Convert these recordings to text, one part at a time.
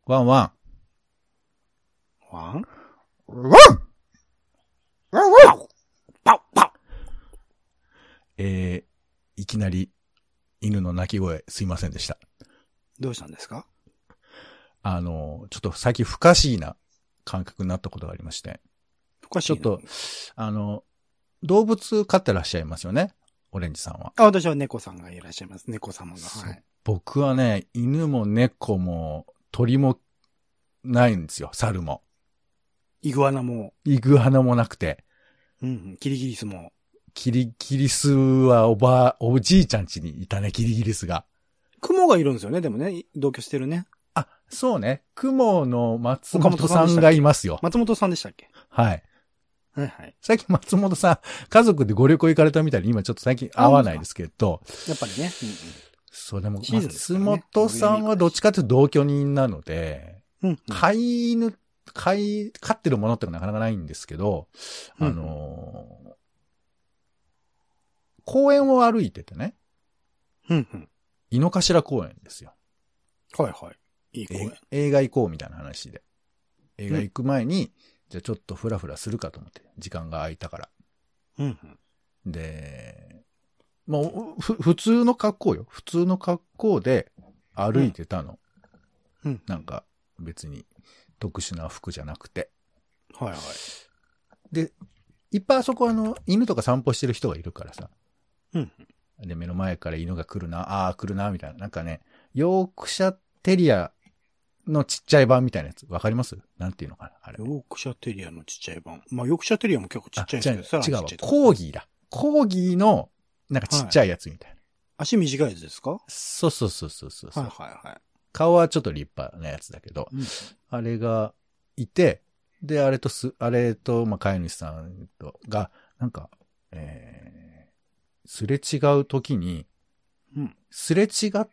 ワンワワンン。ワンワンワンパッパッいきなり犬の鳴き声すいませんでした。 どうしたんですか？ ちょっと最近不可思議な感覚になったことがありまして。ちょっと、動物飼ってらっしゃいますよね。オレンジさんは。 私は猫さんがいらっしゃいます。猫様が。はい。 僕はね、犬も猫も鳥もないんですよ。猿も。 イグアナも。 イグアナもなくて。 うん、キリギリスも。 キリギリスはおじいちゃん家にいたね、キリギリスが。 クモがいるんですよね、でもね、同居してるね。 あ、そうね。雲の松本さんがいますよ。 松本さんでしたっけ？ はい。 はいはい。 最近松本さん、家族でご旅行行かれたみたいに今ちょっと最近会わないですけど。 やっぱりね。うんうん、 そう、でも、 ね、 松本さんはどっちかというと同居人なので、 うんうん、 飼ってるものってなかなかないんですけど、公園を歩いててね。 うんうん。 井の頭公園ですよ。 はいはい。いい公園。 映画行こうみたいな話で。映画行く前に、じゃあちょっとフラフラするかと思って、時間が空いたから。 うんうん、で、もう、普通の格好よ。普通の格好で歩いてたの。 うん。 なんか別に特殊な服じゃなくて。 はいはい。 で、いっぱいあそこ犬とか散歩してる人がいるからさ。 うん。 で、目の前から犬が来るな、来るな、みたいな。なんかね、ヨークシャテリアのちっちゃい版みたいなやつ。わかります？なんていうのかなあれ。 ヨークシャテリアのちっちゃい版。まあ、ヨークシャテリアも結構ちっちゃいですけど、 違うわ。コーギーだ。コーギーの、なんかちっちゃいやつみたいな。 足短いやつですか？ そう。 はいはいはい。 顔はちょっと立派なやつだけど、あれがいて、で、あれと、まあ、飼い主さんとが、なんか、すれ違う時に、すれ違う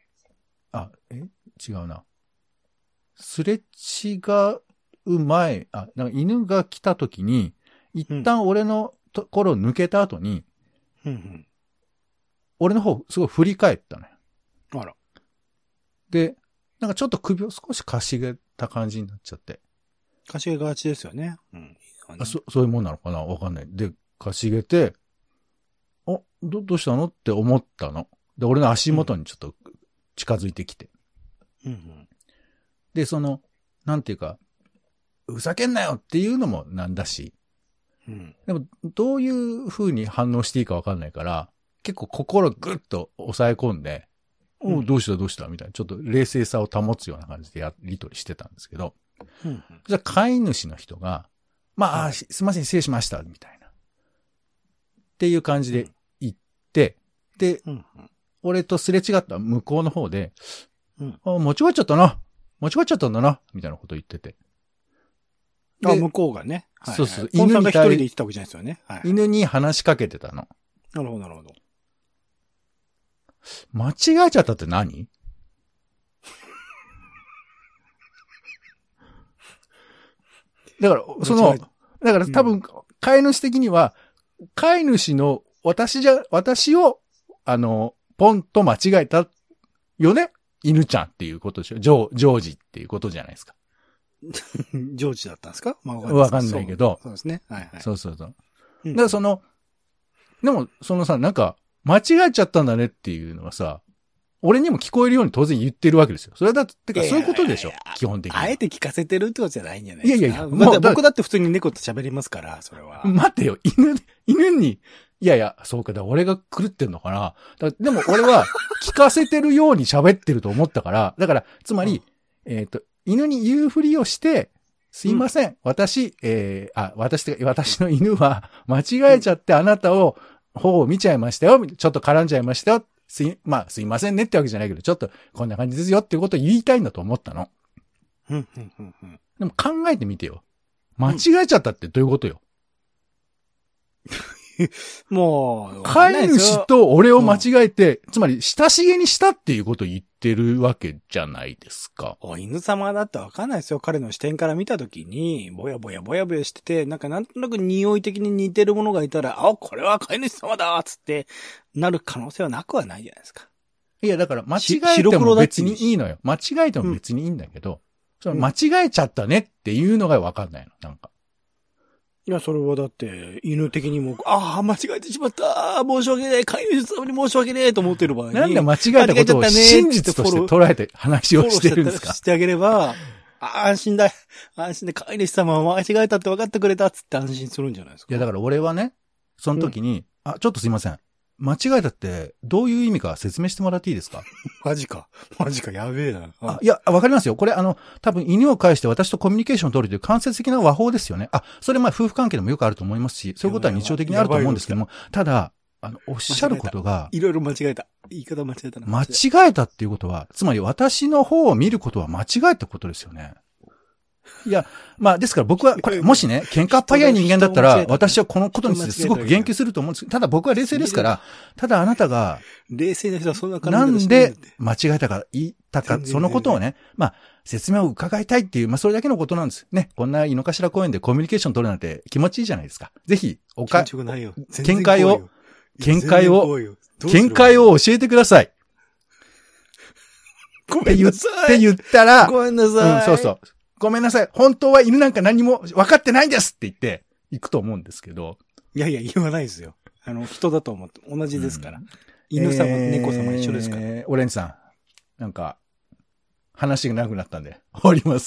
な。すれ違う前、なんか犬が来た時に、一旦俺のところを抜けた後に、俺の方すごい振り返ったのよ。 あら。 で、なんかちょっと首を少しかしげた感じになっちゃって。 かしげがちですよね。 そういうもんなのかなわかんない。で、かしげて、どうしたのって思ったの。で、俺の足元にちょっと近づいてきて。で、なんていうか、ふざけんなよっていうのもなんだし。でも、どういう風に反応していいかわかんないから、結構心ぐっと抑え込んで、どうしたみたいな、ちょっと冷静さを保つような感じでやりとりしてたんですけど、じゃあ飼い主の人が、まあ、すいません、失礼しました、みたいな。っていう感じで言って、で、俺とすれ違った向こうの方で、間違っちゃったんだな、みたいなこと言ってて。 向こうがね。 そうそう。 犬さんが一人で言ってたわけじゃないですよね。 犬に話しかけてたの。 なるほど。 間違えちゃったって何？だから多分、飼い主的には、飼い主の私を、ポンと間違えたよね？犬ちゃんっていうことでしょ？ジョージっていうことじゃないですか。 ジョージだったんですか？ わかんないけど。 そうですね。はいはい。 そう。だからでもさ、なんか、間違えちゃったんだねっていうのはさ、俺にも聞こえるように当然言ってるわけですよ。それだってか、そういうことでしょ？基本的に。 あえて聞かせてるってことじゃないんじゃないですか。 いや。 僕だって普通に猫と喋りますから、それは。 待ってよ、犬に、そうか、俺が狂ってんのかな。でも俺は聞かせてるように喋ってると思ったから、だから、つまり、犬に言うふりをして、すいません、私の犬は間違えちゃってあなたを、方を見ちゃいましたよ。ちょっと絡んじゃいましたよ。すいませんねってわけじゃないけど、ちょっとこんな感じですよっていうことを言いたいんだと思ったの。でも考えてみてよ。間違えちゃったってどういうことよ。 もう、 飼い主と俺を間違えて、つまり親しげにしたっていうことを言ってるわけじゃないですか。 お犬様だってわかんないですよ。彼の視点から見たときに、ぼやぼやしてて、なんとなく匂い的に似てるものがいたら、これは飼い主様だつって、なる可能性はなくはないじゃないですか。 いや、だから間違えても別にいいのよ。間違えても別にいいんだけど、 その間違えちゃったねっていうのがわかんないの、なんか。 いや、それはだって、犬的にも、ああ、間違えてしまった。申し訳ない。飼い主様に申し訳ねえと思ってる場合に。 なんで間違えたことを真実として捉えて話をしてるんですか？ してあげれば、安心だ。安心で飼い主様は間違えたって分かってくれたっつって安心するんじゃないですか。 いや、だから俺はね、その時に、ちょっとすいません。間違えたってどういう意味か説明してもらっていいですか？ マジか、やべえな。 いや、わかりますよ。これ多分犬を介して私とコミュニケーションを取るという間接的な和法ですよね。それ夫婦関係でもよくあると思いますし、そういうことは日常的にあると思うんですけども、ただ、おっしゃることが、 いろいろ間違えた。言い方間違えたな。 間違えたっていうことは、つまり私の方を見ることは間違えたことですよね。いや、ですから僕は、これ、もしね、喧嘩っ早い人間だったら、私はこのことについてすごく言及すると思うんですけど、ただ僕は冷静ですから、ただあなたが、 冷静な人はそんな感じで。なんで間違えたか言ったか、そのことをね、説明を伺いたいっていう、それだけのことなんです。ね、こんな井の頭公園でコミュニケーション取るなんて気持ちいいじゃないですか。ぜひ、見解を教えてください。 ごめんなさい。 って言ったら、 ごめんなさい。 そうそう。ごめんなさい。本当は犬なんか何も分かってないんですって言って、行くと思うんですけど。 いやいや、言わないですよ。人だと思って、同じですから。犬様、猫様一緒ですから。 オレンジさん、なんか、話が長くなったんで、終わります。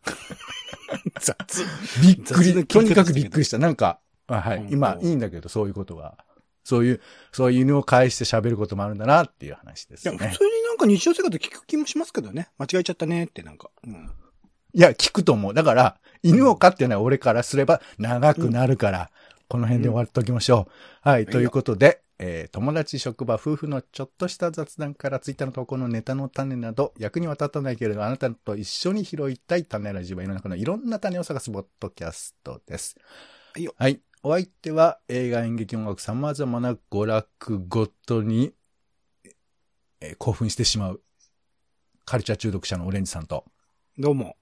びっくり、とにかくびっくりした。なんか、はい、今、いいんだけど、そういうことが。そういう犬を介して喋ることもあるんだなっていう話ですね。 いや、普通になんか日常生活で聞く気もしますけどね。間違えちゃったねってなんか。 いや、聞くと思う。だから、犬を飼ってない俺からすれば長くなるから、この辺で終わっておきましょう。はい、ということで、友達、職場、夫婦のちょっとした雑談からツイッターの投稿のネタの種など、役には立たないけれど、あなたと一緒に拾いたい種ラジオ、世の中のいろんな種を探すポッドキャストです。はい。お相手は映画、演劇、音楽、様々な娯楽ごとに、興奮してしまう、カルチャー中毒者のオレンジさんと、 どうも。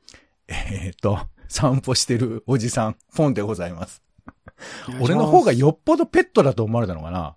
散歩してるおじさん、ポンでございます。俺の方がよっぽどペットだと思われたのかな？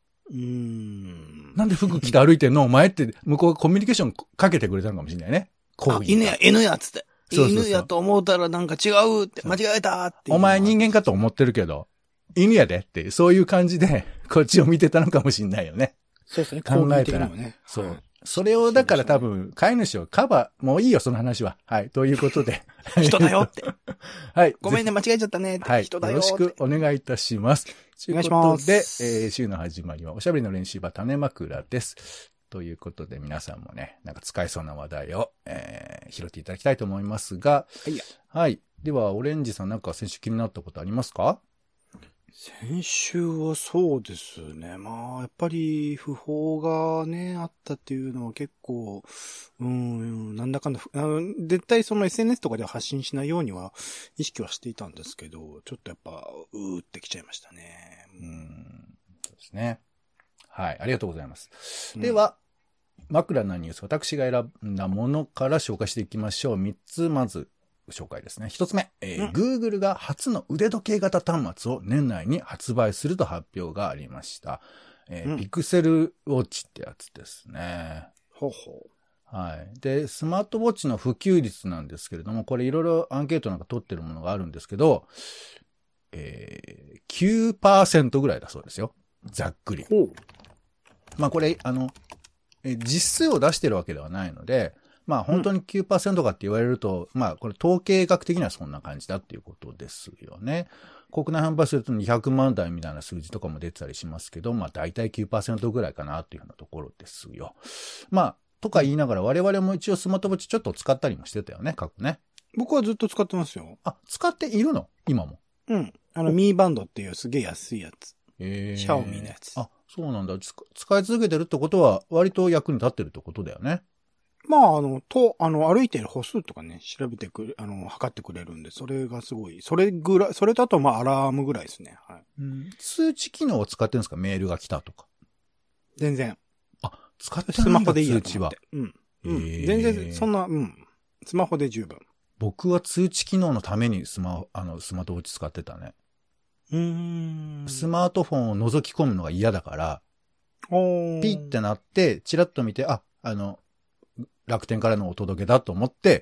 なんで服着て歩いてんのお前って向こうがコミュニケーションかけてくれたのかもしれないね。 犬やつって。犬やと思うたらなんか違うって、間違えたって。 お前人間かと思ってるけど、犬やでって、そういう感じで、こっちを見てたのかもしれないよね。 そうですね。 考えたら。そう。それをだから多分、飼い主をもういいよ、その話は。はい。ということで。 人だよって。 はい。 ごめんね、間違えちゃったねって。 はい。 人だよよろしくお願いいたします。 お願いします。 ということで、週の始まりはおしゃべりの練習場種枕です。ということで、皆さんもね、なんか使えそうな話題を、拾っていただきたいと思いますが。はい。では、オレンジさんなんか先週気になったことありますか？ 先週はそうですね。やっぱり不法がね、あったっていうのは結構、なんだかんだ、絶対その SNS とかでは発信しないようには意識はしていたんですけど、ちょっとやっぱ、ってきちゃいましたね。 そうですね。はい、ありがとうございます。では、枕なニュース、私が選んだものから紹介していきましょう。3つ、まず、紹介ですね。1つ目、Google が初の腕時計型端末を年内に発売すると発表がありました。ピクセルウォッチってやつですね。はい。で、スマートウォッチの普及率なんですけれども、これいろいろアンケートなんか取ってるものがあるんですけど、9% ぐらいだそうですよ。ざっくり。これ、実数を出してるわけではないので、本当に 9% かって言われると、これ統計学的にはそんな感じだっていうことですよね。国内販売すると200万台みたいな数字とかも出てたりしますけど、大体 9% ぐらいかなっていうようなところですよ。とか言いながら我々も一応スマートウォッチちょっと使ったりもしてたよね、過去ね。 僕はずっと使ってますよ。 使っているの？今も。 ミーバンドっていうすげえ安いやつ。シャオミのやつ。 そうなんだ。使い続けてるってことは割と役に立ってるってことだよね。 歩いてる歩数とかね、調べて測ってくれるんで、それがすごい。それとあとアラームぐらいですね。はい。 通知機能を使ってるんですか？メールが来たとか。 全然。 使ってないんだ、 スマホでいいや通知は。 全然、そんな、スマホで十分。 僕は通知機能のためにスマートウォッチ使ってたね。スマートフォンを覗き込むのが嫌だから、ピッてなって、チラッと見て、楽天からのお届けだと思って、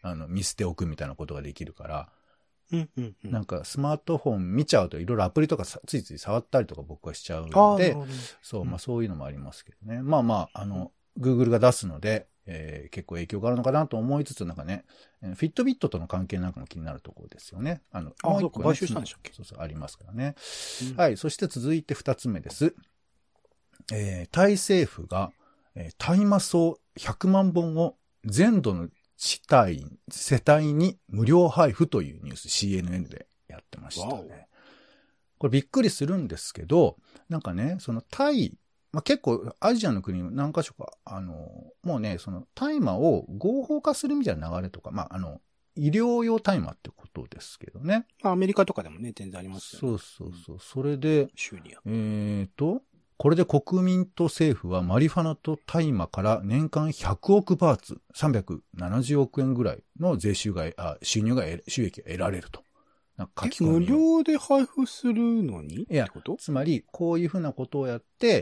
見捨ておくみたいなことができるから、 うんうんうん。 なんかスマートフォン見ちゃうといろいろアプリとかついつい触ったりとか僕はしちゃうあので、 あなるほどねそう、 うんまあそういうのもありますけどね。まあまあ、Google が出すので、結構影響があるのかなと思いつつ、なんかね、フィットビットとの関係なんかも気になるところですよね。もう一個、ね、 買収したんでしたっけ？ そうそう、ありますからね。 うんはい。そして続いて2つ目です。タイ政府が、大麻草100万本を全土の世帯に無料配布というニュース CNN でやってましたね。これびっくりするんですけど、なんかね、そのタイ、まあ、結構アジアの国何か所か、もうね、その大麻を合法化するみたいな流れとか、まあ、医療用大麻ってことですけどね。 アメリカとかでもね、全然ありますよね。 そうそうそう。それで、 州には。 これで国民と政府はマリファナと大麻から年間100億バーツ、370億円ぐらいの収益が得られると。なんか書き込みを無料で配布するのにいやってこと？ つまり、こういうふうなことをやって、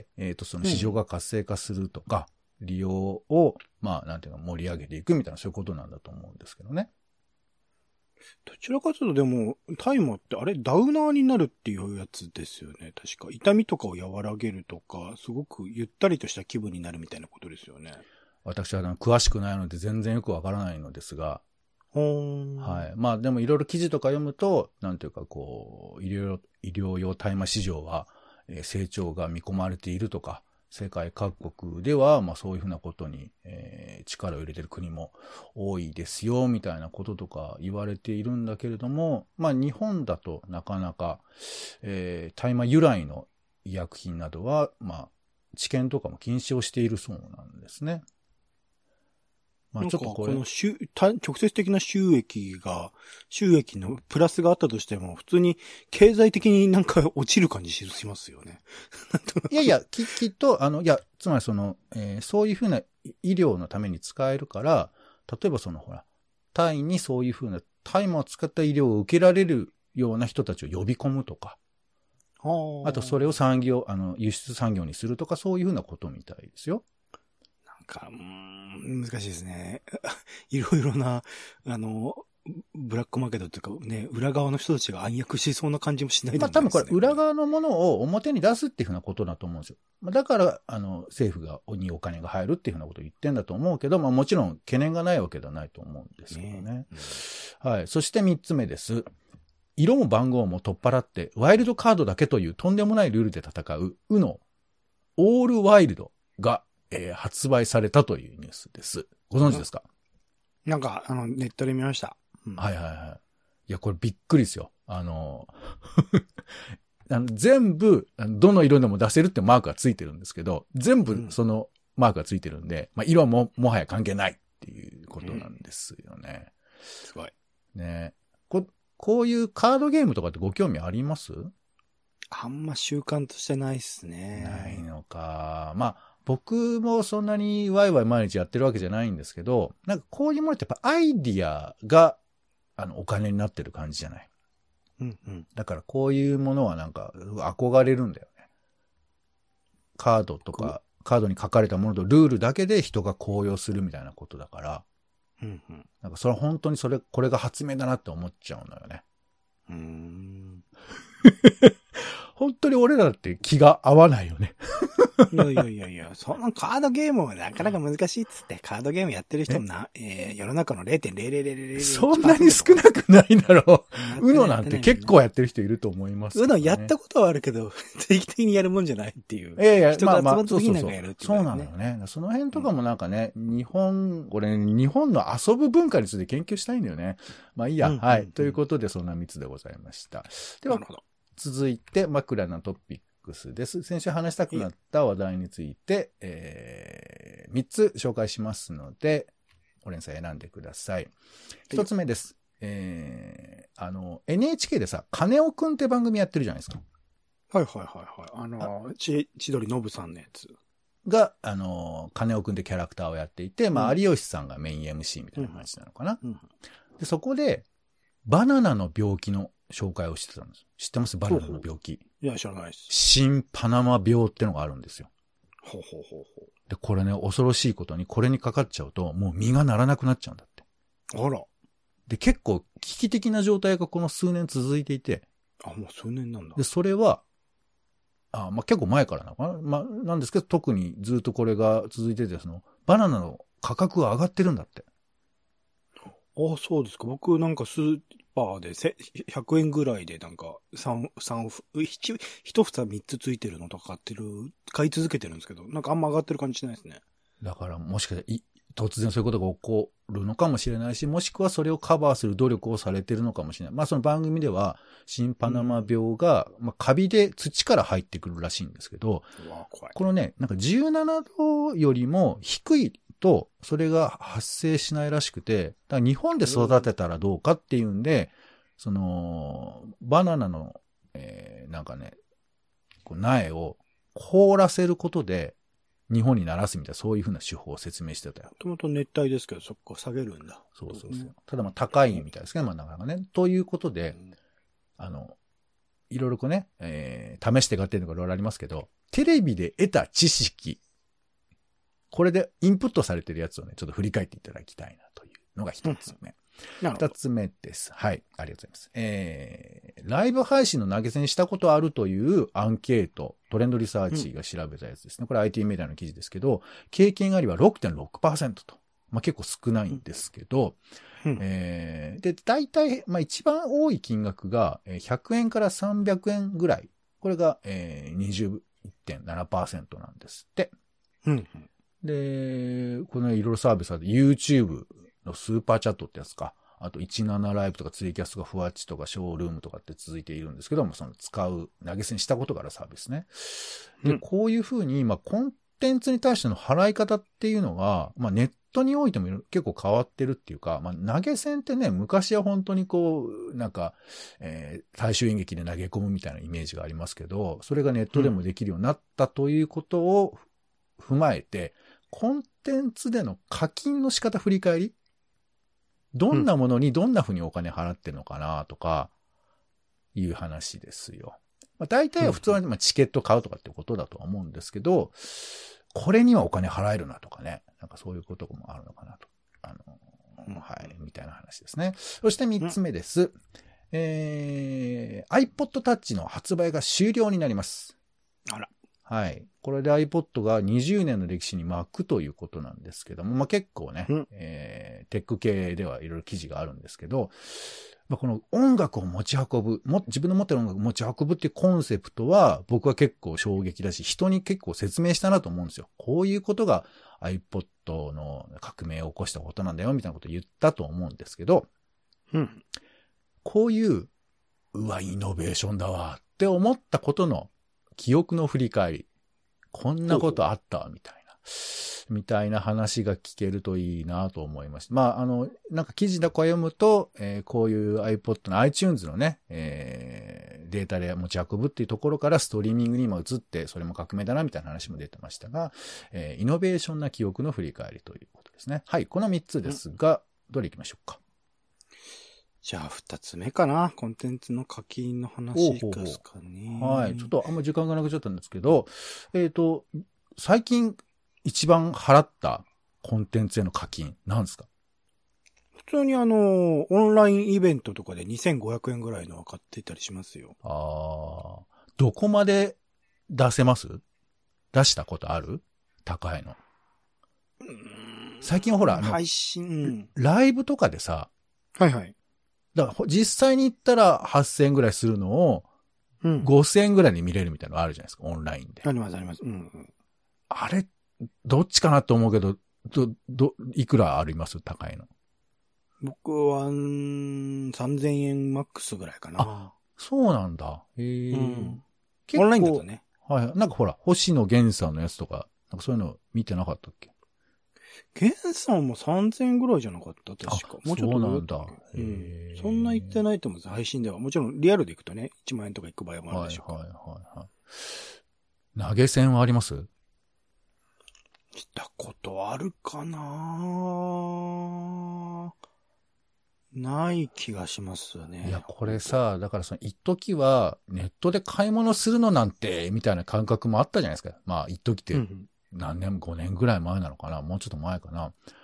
その市場が活性化するとか、利用を、まあ、なんていうか盛り上げていくみたいな、そういうことなんだと思うんですけどね。 どちらかというとでも、大麻ってあれダウナーになるっていうやつですよね。確か。痛みとかを和らげるとか、すごくゆったりとした気分になるみたいなことですよね。 私は詳しくないので全然よくわからないのですが、はい。まあでもいろいろ記事とか読むと、なんていうかこう、医療用大麻市場は、成長が見込まれているとか、世界各国では、まあそういうふうなことに、力を入れている国も多いですよ、みたいなこととか言われているんだけれども、まあ日本だとなかなか、大麻由来の医薬品などは、まあ治験とかも禁止をしているそうなんですね。まあちょっとこれ。 直接的な収益のプラスがあったとしても、普通に経済的になんか落ちる感じしますよね。 いやいや、きっと、つまりそういうふうな医療のために使えるから、例えばほら、タイにそういうふうな大麻を使った医療を受けられるような人たちを呼び込むとか、あとそれを輸出産業にするとか、そういうふうなことみたいですよ。 難しいですね。いろいろな、ブラックマーケットというかね、裏側の人たちが暗躍しそうな感じもしないでもないですね。 まあ多分これ裏側のものを表に出すっていうふうなことだと思うんですよ。だから、政府にお金が入るっていうふうなことを言ってんだと思うけど、まあもちろん懸念がないわけではないと思うんですけどね。はい。そして3つ目です。色も番号も取っ払って、ワイルドカードだけというとんでもないルールで戦う、UNO、オールワイルドが、発売されたというニュースです。ご存知ですか？ なんか、ネットで見ました。 はいはいはい。いや、これびっくりですよ。全部、どの色でも出せるってマークがついてるんですけど、全部そのマークがついてるんで、まあ、色はもはや関係ないっていうことなんですよね。 すごい。 ね。こういうカードゲームとかってご興味あります？ あんま習慣としてないっすね。 ないのか。まあ、僕もそんなにワイワイ毎日やってるわけじゃないんですけど、なんかこういうものってやっぱアイディアが、お金になってる感じじゃない。 うんうん。 だからこういうものはなんか憧れるんだよね。カードとか、カードに書かれたものとルールだけで人が高揚するみたいなことだから、 うんうん。 なんかそれは本当にこれが発明だなって思っちゃうのよね。本当に俺らって気が合わないよね。 いや、そのカードゲームはなかなか難しいっつって、カードゲームやってる人も世の中の 0.0000 そんなに少なくないだろう。UNO なんて結構やってる人いると思います、ね。 UNO やったことはあるけど、定期的にやるもんじゃないっていう。人が集まった時になんかやるっていう、 そうなのよね。その辺とかもなんかね、日本の遊ぶ文化について研究したいんだよね。まあいいや。はい。ということで、そんな3つでございました。では、続いて、枕なトピックスです。先週話したくなった話題について、3つ紹介しますので、オレンさん選んでください。1つ目です。NHK でさ、金尾くんって番組やってるじゃないですか。 はい。千鳥のぶさんのやつ。 が、金尾くんってキャラクターをやっていて、まあ、有吉さんがメイン MC みたいな感じなのかな。で、そこで、バナナの病気の紹介をしてたんです。知ってます？バナナの病気。 いや、知らないです。 新パナマ病ってのがあるんですよ。 ほう。 で、これね、恐ろしいことに、これにかかっちゃうと、もう身がならなくなっちゃうんだって。 あら。 で、結構危機的な状態がこの数年続いていて。 あ、もう数年なんだ。 で、それは、結構前からなのかな。なんですけど、特にずっとこれが続いてて、バナナの価格が上がってるんだって。 あ、そうですか。僕なんかスーパーで100円ぐらいでなんか1房3つついてるのとか買い続けてるんですけど、なんかあんま上がってる感じしないですね。 だからもしかしたら突然そういうことが起こるのかもしれないし、もしくはそれをカバーする努力をされてるのかもしれない。その番組では、新パナマ病が、カビで土から入ってくるらしいんですけど、このね、なんか17度よりも低いと、それが発生しないらしくて、だから日本で育てたらどうかっていうんで、バナナの、なんかね、苗を凍らせることで、日本にならすみたいな、そういうふうな手法を説明してたよ。 もともと熱帯ですけど、そこ下げるんだ。 そう。ただ高いみたいですね、なかなかね。ということで、いろいろね、試して買ってるのがいろいろありますけど、テレビで得た知識、これでインプットされてるやつをね、ちょっと振り返っていただきたいなというのが一つ目。二つ目です。はい。ありがとうございます。ライブ配信の投げ銭したことあるというアンケート、トレンドリサーチが調べたやつですね。これ IT メディアの記事ですけど、経験ありは 6.6% と。結構少ないんですけど、で、大体、一番多い金額が100円から300円ぐらい。これが、21.7% なんですって。で、このいろいろサービスあって、YouTube のスーパーチャットってやつか。あと17ライブとかツイキャスとかフワッチとかショールームとかって続いているんですけども、その使う投げ銭したことがあるサービスね。で、こういうふうに、コンテンツに対しての払い方っていうのが、ネットにおいても結構変わってるっていうか、投げ銭ってね、昔は本当になんか、大衆演劇で投げ込むみたいなイメージがありますけど、それがネットでもできるようになったということを踏まえて、コンテンツでの課金の仕方振り返り、どんなものにどんな風にお金払ってるのかなとか、いう話ですよ。大体は普通はチケット買うとかってことだとは思うんですけど、これにはお金払えるなとかね。なんかそういうこともあるのかなと。はい、みたいな話ですね。そして3つ目です。iPod Touch の発売が終了になります。 あら。 はい。これで iPod が20年の歴史に巻くということなんですけども、結構ね、テック系ではいろいろ記事があるんですけど、この音楽を持ち運ぶ、自分の持ってる音楽を持ち運ぶっていうコンセプトは僕は結構衝撃だし、人に結構説明したなと思うんですよ。こういうことが iPod の革命を起こしたことなんだよみたいなことを言ったと思うんですけど、こういう、イノベーションだわって思ったことの記憶の振り返り。こんなことあったみたいな話が聞けるといいなと思いました。なんか記事だけ読むと、こういう iPod の iTunes のね、データで持ち運ぶっていうところからストリーミングに今移って、それも革命だなみたいな話も出てましたが、イノベーションな記憶の振り返りということですね。はい、この3つですが、どれ行きましょうか。 じゃあ、2つ目かな。コンテンツの課金の話ですかね。 はい。ちょっとあんま時間がなくなっちゃったんですけど、最近一番払ったコンテンツへの課金、なんですか？ 普通にオンラインイベントとかで2500円ぐらいのは買っていたりしますよ。 どこまで出せます？出したことある？高いの。最近はほら、 配信、 ライブとかでさ、 はいはい。 だから実際に行ったら8000円ぐらいするのを、5000円ぐらいに見れるみたいなのあるじゃないですか、オンラインで。 ありますあります。 あれ、どっちかなと思うけど、いくらあります？高いの。 僕は、3000円マックスぐらいかな。 そうなんだ。 オンラインだとね。 はい。なんかほら、星野源さんのやつとか、なんかそういうの見てなかったっけ？ 源さんも3000円ぐらいじゃなかった確か。もうちょっと。 そうなんだ。 そんな言ってないと思うんです、配信では。もちろんリアルで行くとね、1万円とか行く場合もあるでしょうか。 はい。投げ銭はあります？ 来たことあるかな？ない気がしますね。 いや、これさ、だから一時はネットで買い物するのなんて、みたいな感覚もあったじゃないですか。一時って何年、5年ぐらい前なのかな？もうちょっと前かな。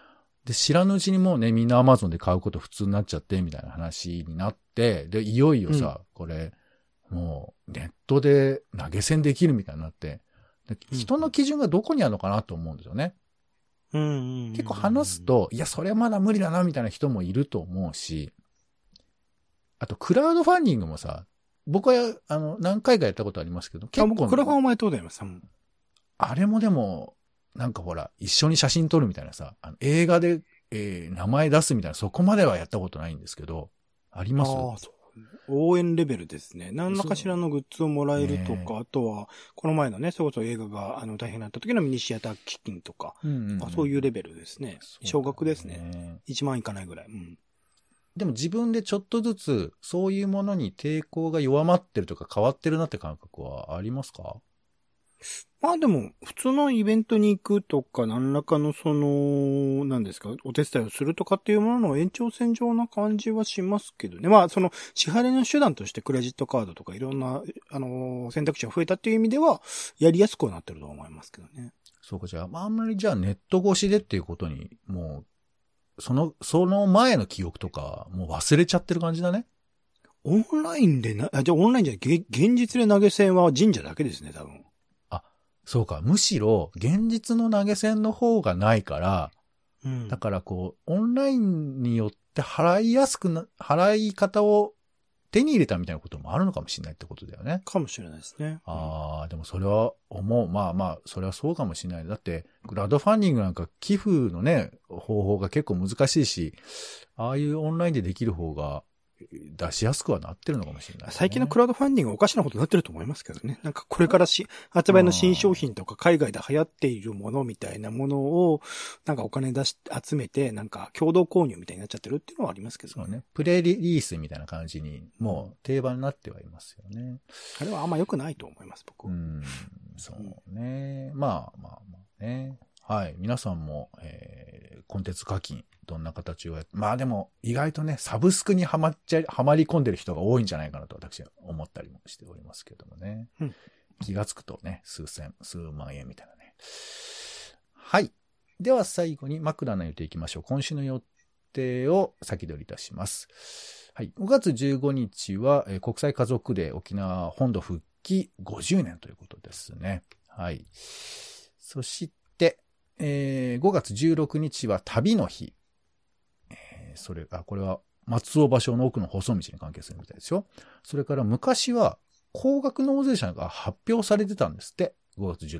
で、知らぬうちにもうね、みんな Amazon で買うこと普通になっちゃって、みたいな話になって、で、いよいよさ、これ、もう、ネットで投げ銭できるみたいになって、で人の基準がどこにあるのかなと思うんですよね。結構話すと、いや、それはまだ無理だな、みたいな人もいると思うし、あと、クラウドファンディングもさ、僕は、何回かやったことありますけど、結構。 クラファンお前どうだよ、 あれもでも、なんかほら、一緒に写真撮るみたいなさ、映画で、名前出すみたいな、そこまではやったことないんですけど、あります？ ああ、そう。応援レベルですね。何らかしらのグッズをもらえるとか、あとは、この前のね、それこそ映画が大変になった時のミニシアター基金とか、そういうレベルですね。少額ですね。1万いかないぐらい。 でも自分でちょっとずつ、そういうものに抵抗が弱まってるとか変わってるなって感覚はありますか？ まあでも、普通のイベントに行くとか、何らかの何ですか、お手伝いをするとかっていうものの延長線上な感じはしますけどね。まあ、支払いの手段としてクレジットカードとかいろんな、選択肢が増えたっていう意味では、やりやすくはなってると思いますけどね。 そうか、じゃあ、あんまりじゃあネット越しでっていうことに、もう、その前の記憶とか、もう忘れちゃってる感じだね。 オンラインでじゃあオンラインじゃない、現実で投げ銭は神社だけですね、多分。 そうか。むしろ、現実の投げ銭の方がないから、だからこう、オンラインによって払い方を手に入れたみたいなこともあるのかもしれないってことだよね。 かもしれないですね。 でもそれは思う。まあ、それはそうかもしれない。だって、クラウドファンディングなんか寄付のね、方法が結構難しいし、ああいうオンラインでできる方が、出しやすくはなってるのかもしれない、ね。 最近のクラウドファンディングおかしなことになってると思いますけどね。なんかこれから発売の新商品とか海外で流行っているものみたいなものを、なんかお金出して集めて、なんか共同購入みたいになっちゃってるっていうのはありますけどね。 そうね。プレリリースみたいな感じに、もう定番になってはいますよね。 あれはあんま良くないと思います、僕。 そうね。まあね。はい。皆さんも、コンテンツ課金、どんな形をまあでも、意外とね、サブスクにはまり込んでる人が多いんじゃないかなと私は思ったりもしておりますけどもね。気がつくとね、数万円みたいなね。はい。では最後に枕の予定いきましょう。今週の予定を先取りいたします。はい。5月15日は、国際家族デー沖縄本土復帰50年ということですね。はい。そして、5月16日は旅の日。これは松尾芭蕉の奥の細道に関係するみたいですよ。それから昔は高額納税者が発表されてたんですって。5月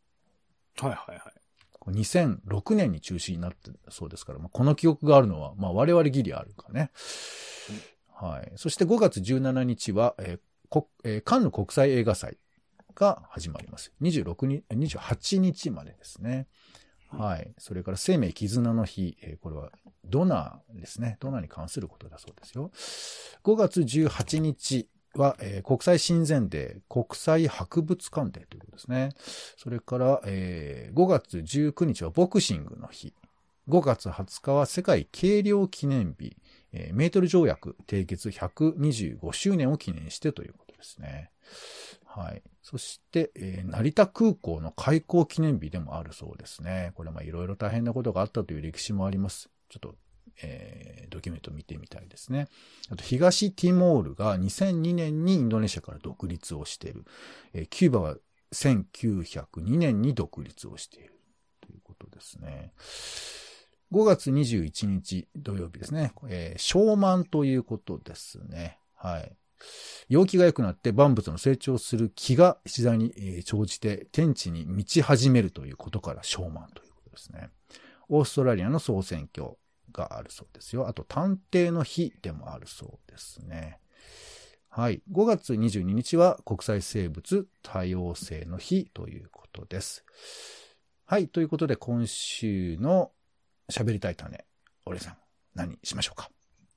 16。2006年に中止になってそうですから、この記憶があるのは、我々ギリあるからね。はい。そして5月17日は、カンヌ国際映画祭が始まります。28日までですね。はい。それから生命絆の日、これはドナーですね。ドナーに関することだそうですよ。5月18日は、国際親善デー、国際博物館デーということですね。それから、5月19日はボクシングの日。5月20日は世界軽量記念日、メートル条約締結125周年を記念してということですね。はい。そして、成田空港の開港記念日でもあるそうですね。これいろいろ大変なことがあったという歴史もあります。ちょっと、ドキュメント見てみたいですね。あと、東ティモールが2002年にインドネシアから独立をしている。キューバは1902年に独立をしているということですね。5月21日土曜日ですね。小満ということですね。はい。陽気が良くなって万物の成長する気が次第に生じて天地に満ち始めるということから小満ということですね。オーストラリアの総選挙があるそうですよ。あと探偵の日でもあるそうですね。はい。5月22日は国際生物多様性の日ということです。はい。ということで今週の喋りたい種、オレさん、何しましょうか？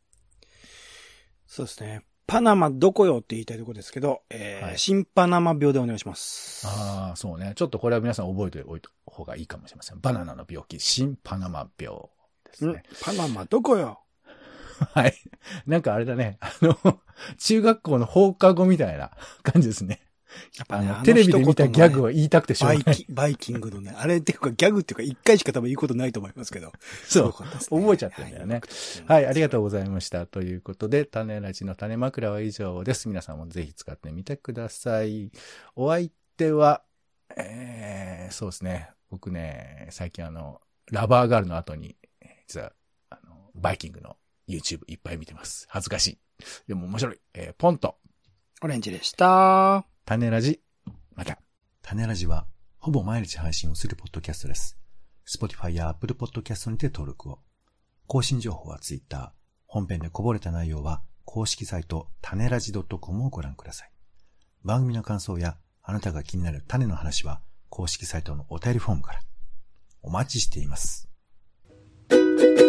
そうですね。パナマどこよって言いたいところですけど、はい、新パナマ病でお願いします。 そうね。ちょっとこれは皆さん覚えておいた方がいいかもしれません。バナナの病気、新パナマ病ですね。 パナマどこよはい。なんかあれだね。中学校の放課後みたいな感じですね。 やっぱね、 テレビで見たギャグは言いたくてしょうがない。 バイキングのね、あれっていうかギャグっていうか一回しか多分言うことないと思いますけど。 そう。覚えちゃってるんだよね。はい、ありがとうございました。ということで、種ラジの種枕は以上です。皆さんもぜひ使ってみてください。お相手は、そうですね。僕ね、最近ラバーガールの後に、実は、バイキングの YouTube いっぱい見てます。恥ずかしい。でも面白い。ポンと。 オレンジでした。 種ラジ、また。種ラジは、ほぼ毎日配信をするポッドキャストです。Spotify や Apple Podcast にて登録を。更新情報は Twitter。本編でこぼれた内容は、公式サイト、種ラジ .com をご覧ください。番組の感想や、あなたが気になる種の話は、公式サイトのお便りフォームから。お待ちしています。